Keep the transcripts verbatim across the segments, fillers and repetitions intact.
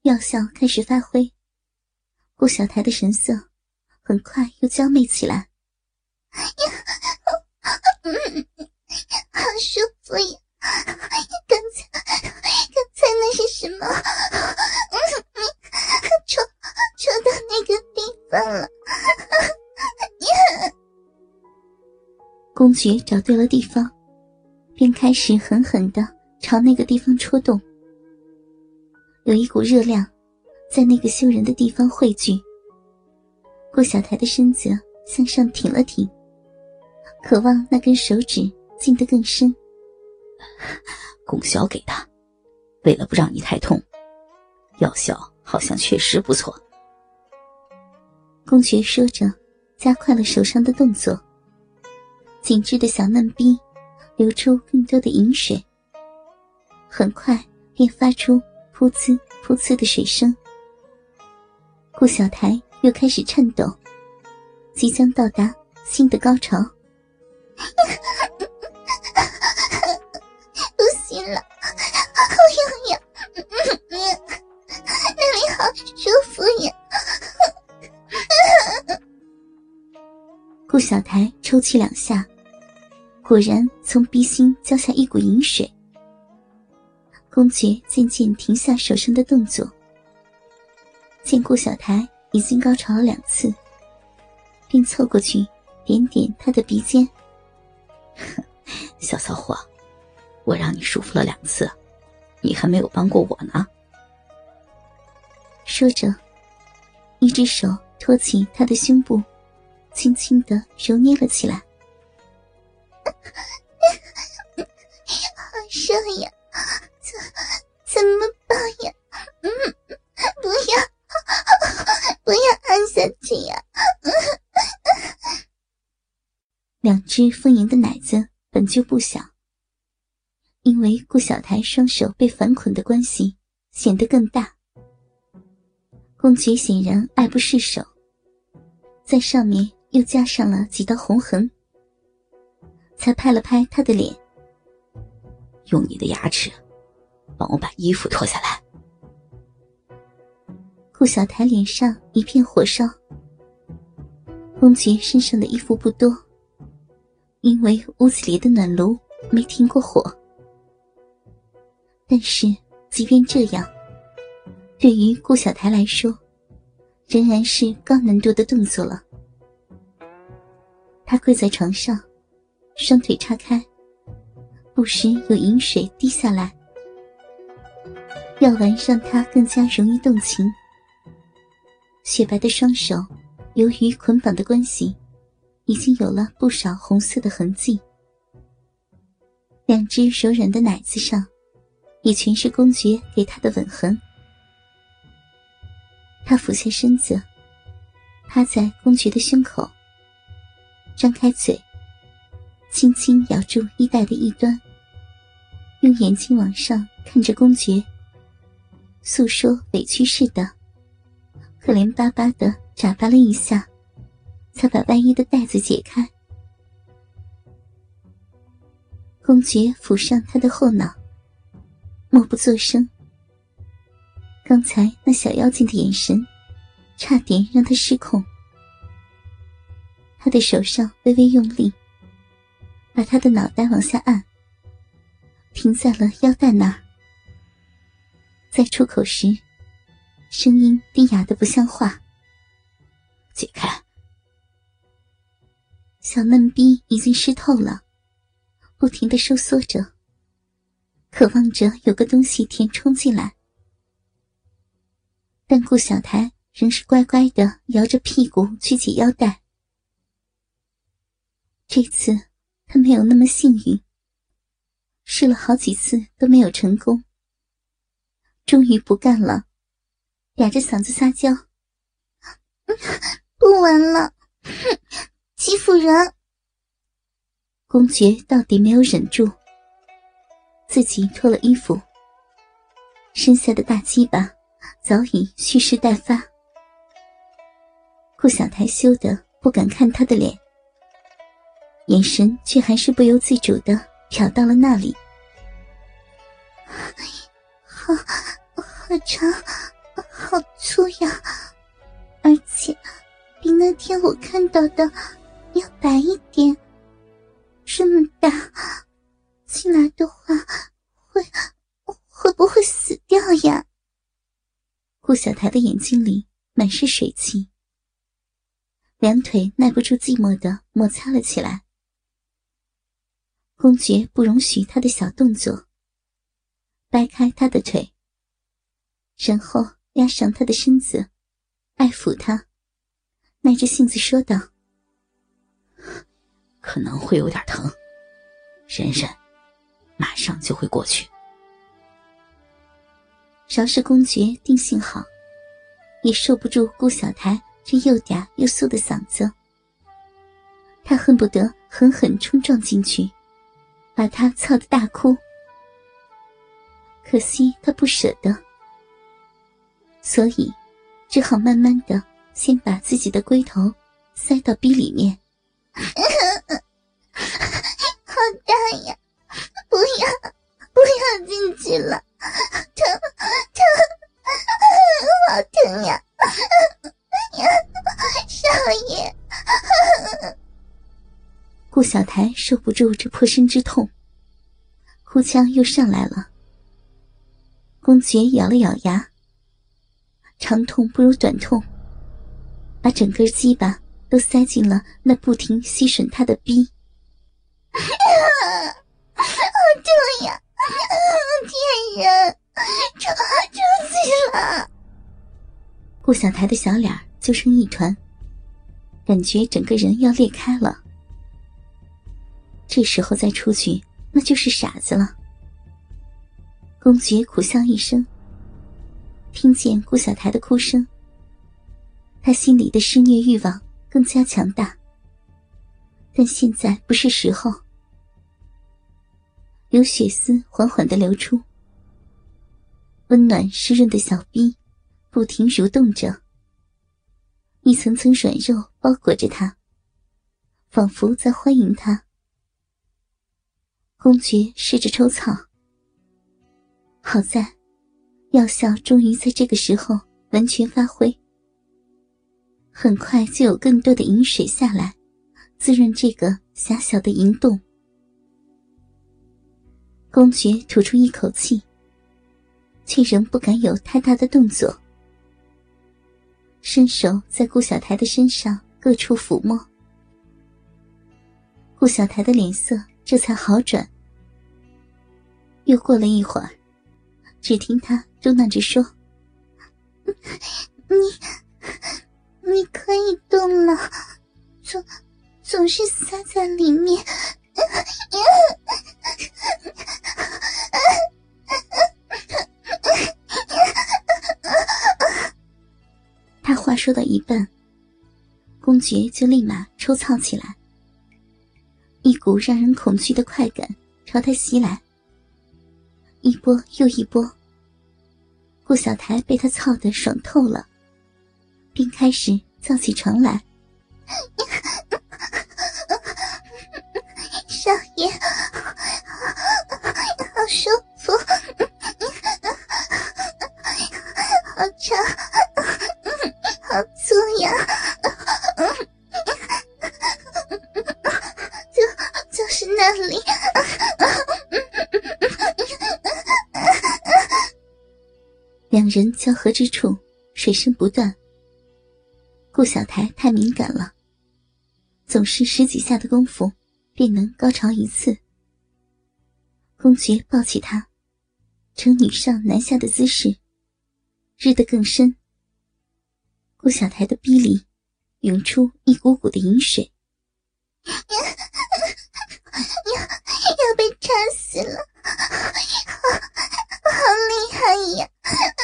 药效开始发挥，顾小台的神色很快又娇媚起来。 嗯，好舒服呀！刚才刚才那是什么？嗯，戳戳到那个地方了。 公爵找对了地方，便开始狠狠地朝那个地方戳动。有一股热量在那个羞人的地方汇聚，顾小台的身子向上挺了挺，渴望那根手指进得更深。 功效给他，为了不让你太痛，药效好像确实不错。 公爵说着，加快了手上的动作，紧致的小嫩逼流出更多的饮水，很快便发出噗呲噗呲的水声。顾小台又开始颤抖，即将到达新的高潮。 不行了，好痒痒，那里好舒服呀！ 顾小台抽泣两下，果然从鼻心浇下一股饮水。公爵渐渐停下手上的动作，见顾小台已经高潮了两次，便凑过去点点他的鼻尖。 小骚货，我让你舒服了两次，你还没有帮过我呢。 说着，一只手托起他的胸部，轻轻地揉捏了起来。 好热呀，怎怎么办呀？嗯，不要，不要按下去呀！ 两只丰盈的奶子本就不小，因为顾小台双手被反捆的关系，显得更大。公爵显然爱不释手，在上面又加上了几道红痕，才拍了拍他的脸， 用你的牙齿帮我把衣服脱下来。 顾小台脸上一片火烧。公爵身上的衣服不多，因为屋子里的暖炉没停过火，但是即便这样，对于顾小台来说仍然是高难度的动作了。他跪在床上，双腿叉开，不时有饮水滴下来，药丸让他更加容易动情。雪白的双手由于捆绑的关系，已经有了不少红色的痕迹，两只柔软的奶子上也全是公爵给他的吻痕。他俯下身子，趴在公爵的胸口，张开嘴，轻轻咬住衣带的一端，用眼睛往上看着公爵，诉说委屈似的，可怜巴巴地眨巴了一下，才把外衣的带子解开。公爵抚上他的后脑，默不作声。刚才那小妖精的眼神差点让他失控。他的手上微微用力，把他的脑袋往下按，停在了腰带那儿。在出口时，声音低哑得不像话。 解开。 小嫩逼已经湿透了，不停地收缩着，渴望着有个东西填充进来。但顾小台仍是乖乖地摇着屁股去解腰带。这次他没有那么幸运，试了好几次都没有成功。终于不干了，哑着嗓子撒娇： 不玩了，哼，欺负人！ 公爵到底没有忍住，自己脱了衣服，身下的大鸡巴早已蓄势待发。顾小台羞得不敢看他的脸，眼神却还是不由自主地瞟到了那里。 好好长，好好粗呀，而且比那天我看到的要白一点。这么大，进来的话会会不会死掉呀？ 顾小台的眼睛里满是水汽，两腿耐不住寂寞地摩擦了起来。公爵不容许他的小动作，掰开他的腿，然后压上他的身子，爱抚他，耐着性子说道： 可能会有点疼，忍忍，马上就会过去。 饶是公爵定性好，也受不住顾小台这又嗲又酥的嗓子，他恨不得狠狠冲撞进去，把他操得大哭。可惜他不舍得，所以只好慢慢的先把自己的龟头塞到逼里面。 好大呀，不要不要进去了，疼疼，好疼呀，少爷。 顾小台受不住这破身之痛，哭腔又上来了。公爵咬了咬牙，长痛不如短痛，把整根鸡巴都塞进了那不停吸吮他的逼。 好痛呀，骗人，出出去了。 顾小台的小脸就成一团，感觉整个人要裂开了。这时候再出去，那就是傻子了。公爵苦笑一声，听见顾小台的哭声，他心里的施虐欲望更加强大，但现在不是时候。有血丝缓缓地流出，温暖湿润的小臂不停蠕动着，一层层软肉包裹着他，仿佛在欢迎他。公爵试着抽草，好在药效终于在这个时候完全发挥，很快就有更多的饮水下来，滋润这个狭小的阴洞。公爵吐出一口气，却仍不敢有太大的动作，伸手在顾小台的身上各处抚摸。顾小台的脸色这才好转。又过了一会儿，只听他嘟囔着说： 你你可以动了，总总是塞在里面。 他话说到一半，公爵就立马抽操起来，一股让人恐惧的快感朝他袭来，一波又一波。顾小台被他操得爽透了，便开始造起床来。 少爷，好舒服，好长，好粗呀，就就是那里。 两人交合之处，水声不断。顾小台太敏感了，总是十几下的功夫便能高潮一次。公爵抱起她，呈女上男下的姿势，日得更深。顾小台的逼里涌出一股股的饮水， 要要被插死了，好好厉害呀！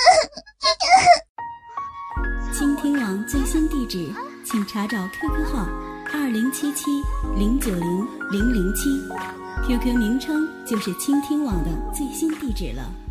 倾听网最新地址，请查找 Q Q 号二零七七零九零零零七 ，Q Q 名称就是倾听网的最新地址了。